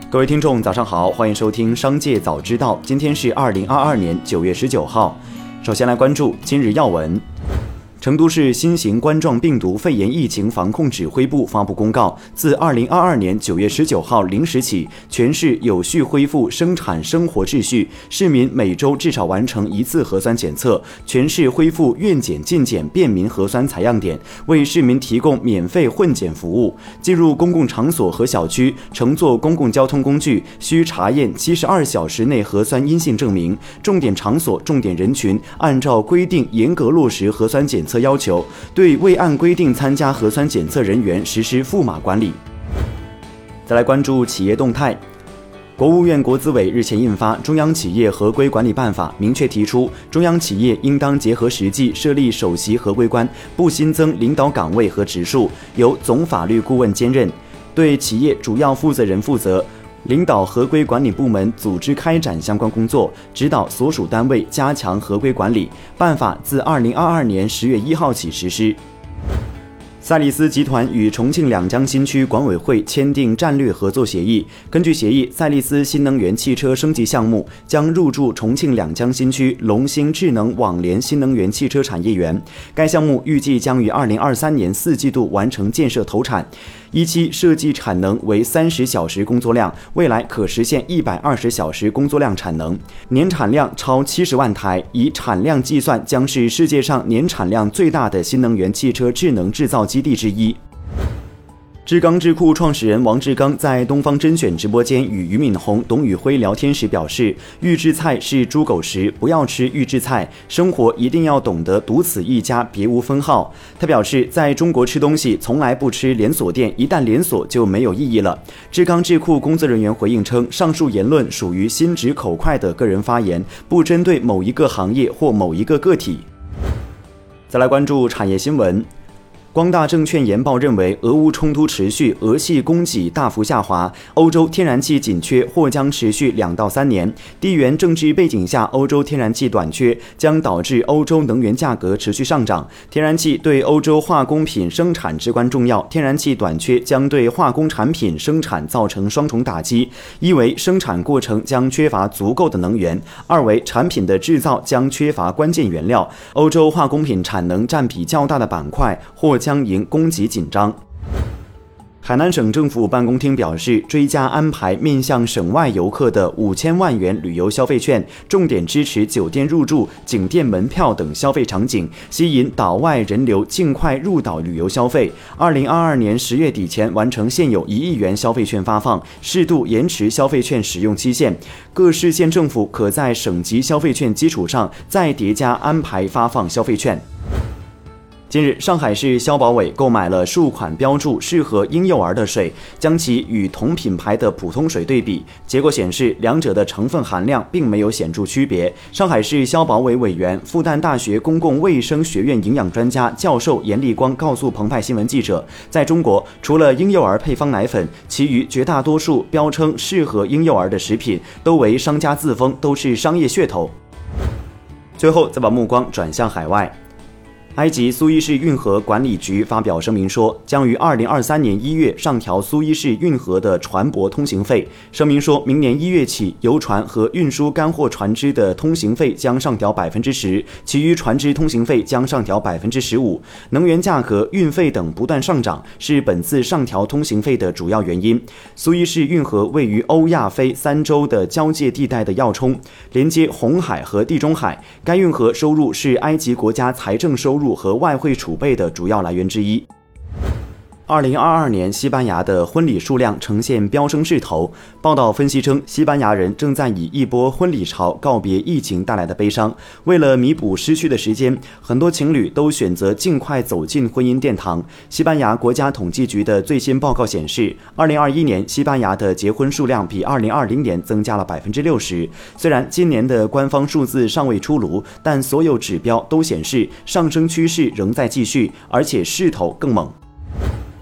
各位听众早上好，欢迎收听商界早知道，今天是2022年9月19号。首先来关注今日要闻。成都市新型冠状病毒肺炎疫情防控指挥部发布公告，自2022年9月19号0时起，全市有序恢复生产生活秩序，市民每周至少完成1次核酸检测，全市恢复愿检尽检便民核酸采样点，为市民提供免费混检服务。进入公共场所和小区，乘坐公共交通工具需查验72小时内核酸阴性证明，重点场所、重点人群按照规定严格落实核酸检测要求，对未按规定参加核酸检测人员实施赋码管理。再来关注企业动态。国务院国资委日前印发《中央企业合规管理办法》，明确提出，中央企业应当结合实际设立首席合规官，不新增领导岗位和职数，由总法律顾问兼任，对企业主要负责人负责，领导合规管理部门组织开展相关工作，指导所属单位加强合规管理。办法自2022年10月1号起实施。赛力斯集团与重庆两江新区管委会签订战略合作协议。根据协议，赛力斯新能源汽车升级项目将入驻重庆两江新区龙兴智能网联新能源汽车产业园。该项目预计将于2023年4季度完成建设投产，一期设计产能为30小时工作量，未来可实现120小时工作量产能，年产量超70万台，以产量计算将是世界上年产量最大的新能源汽车智能制造基地之一。志刚智库创始人王志刚在东方甄选直播间与俞敏洪、董宇辉聊天时表示，预制菜是猪狗食，不要吃预制菜，生活一定要懂得独此一家，别无分号。他表示，在中国吃东西从来不吃连锁店，一旦连锁就没有意义了。志刚智库工作人员回应称，上述言论属于心直口快的个人发言，不针对某一个行业或某一个个体。再来关注产业新闻。光大证券研报认为，俄乌冲突持续，俄系供给大幅下滑，欧洲天然气紧缺或将持续2到3年。地缘政治背景下，欧洲天然气短缺将导致欧洲能源价格持续上涨。天然气对欧洲化工品生产至关重要，天然气短缺将对化工产品生产造成双重打击：一为生产过程将缺乏足够的能源，二为产品的制造将缺乏关键原料。欧洲化工品产能占比较大的板块或将迎供给紧张。海南省政府办公厅表示，追加安排面向省外游客的5000万元旅游消费券，重点支持酒店入住、景点门票等消费场景，吸引岛外人流尽快入岛旅游消费。2022年10月底前完成现有1亿元消费券发放，适度延迟消费券使用期限。各市县政府可在省级消费券基础上再叠加安排发放消费券。近日，上海市消保委购买了数款标注适合婴幼儿的水，将其与同品牌的普通水对比，结果显示两者的成分含量并没有显著区别。上海市消保委委员、复旦大学公共卫生学院营养专家教授严立光告诉澎湃新闻记者，在中国，除了婴幼儿配方奶粉，其余绝大多数标称适合婴幼儿的食品都为商家自封，都是商业噱头。最后，再把目光转向海外。埃及苏伊士运河管理局发表声明说，将于2023年1月上调苏伊士运河的船舶通行费。声明说，明年1月起，游船和运输干货船只的通行费将上调10%，其余船只通行费将上调15%。能源价格、运费等不断上涨，是本次上调通行费的主要原因。苏伊士运河位于欧亚非3洲的交界地带的要冲，连接红海和地中海。该运河收入是埃及国家财政收入和外汇储备的主要来源之一。2022年，西班牙的婚礼数量呈现飙升势头。报道分析称，西班牙人正在以一波婚礼潮告别疫情带来的悲伤。为了弥补失去的时间，很多情侣都选择尽快走进婚姻殿堂。西班牙国家统计局的最新报告显示，2021年西班牙的结婚数量比2020年增加了60%。虽然今年的官方数字尚未出炉，但所有指标都显示上升趋势仍在继续，而且势头更猛。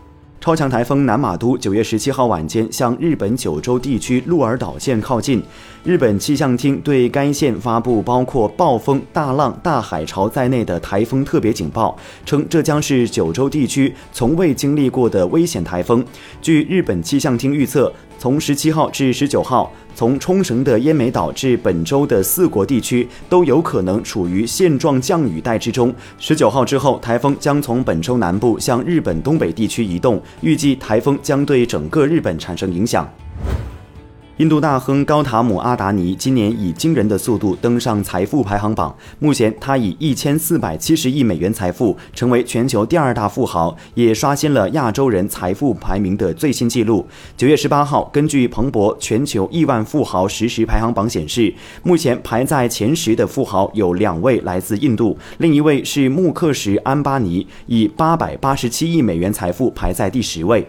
超强台风南马都9月17号晚间向日本九州地区鹿儿岛县靠近，日本气象厅对该县发布包括暴风、大浪、大海潮在内的台风特别警报，称这将是九州地区从未经历过的危险台风。据日本气象厅预测，从17号至19号，从冲绳的奄美岛至本州的4国地区都有可能处于现状降雨带之中。19号之后，台风将从本州南部向日本东北地区移动，预计台风将对整个日本产生影响。印度大亨高塔姆·阿达尼今年以惊人的速度登上财富排行榜，目前他以1470亿美元财富成为全球第2大富豪，也刷新了亚洲人财富排名的最新纪录。9月18号，根据彭博全球亿万富豪实时排行榜显示，目前排在前10的富豪有2位来自印度，另一位是穆克什·安巴尼，以887亿美元财富排在第10位。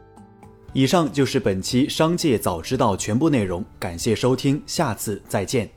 以上就是本期商界早知道全部内容，感谢收听，下次再见。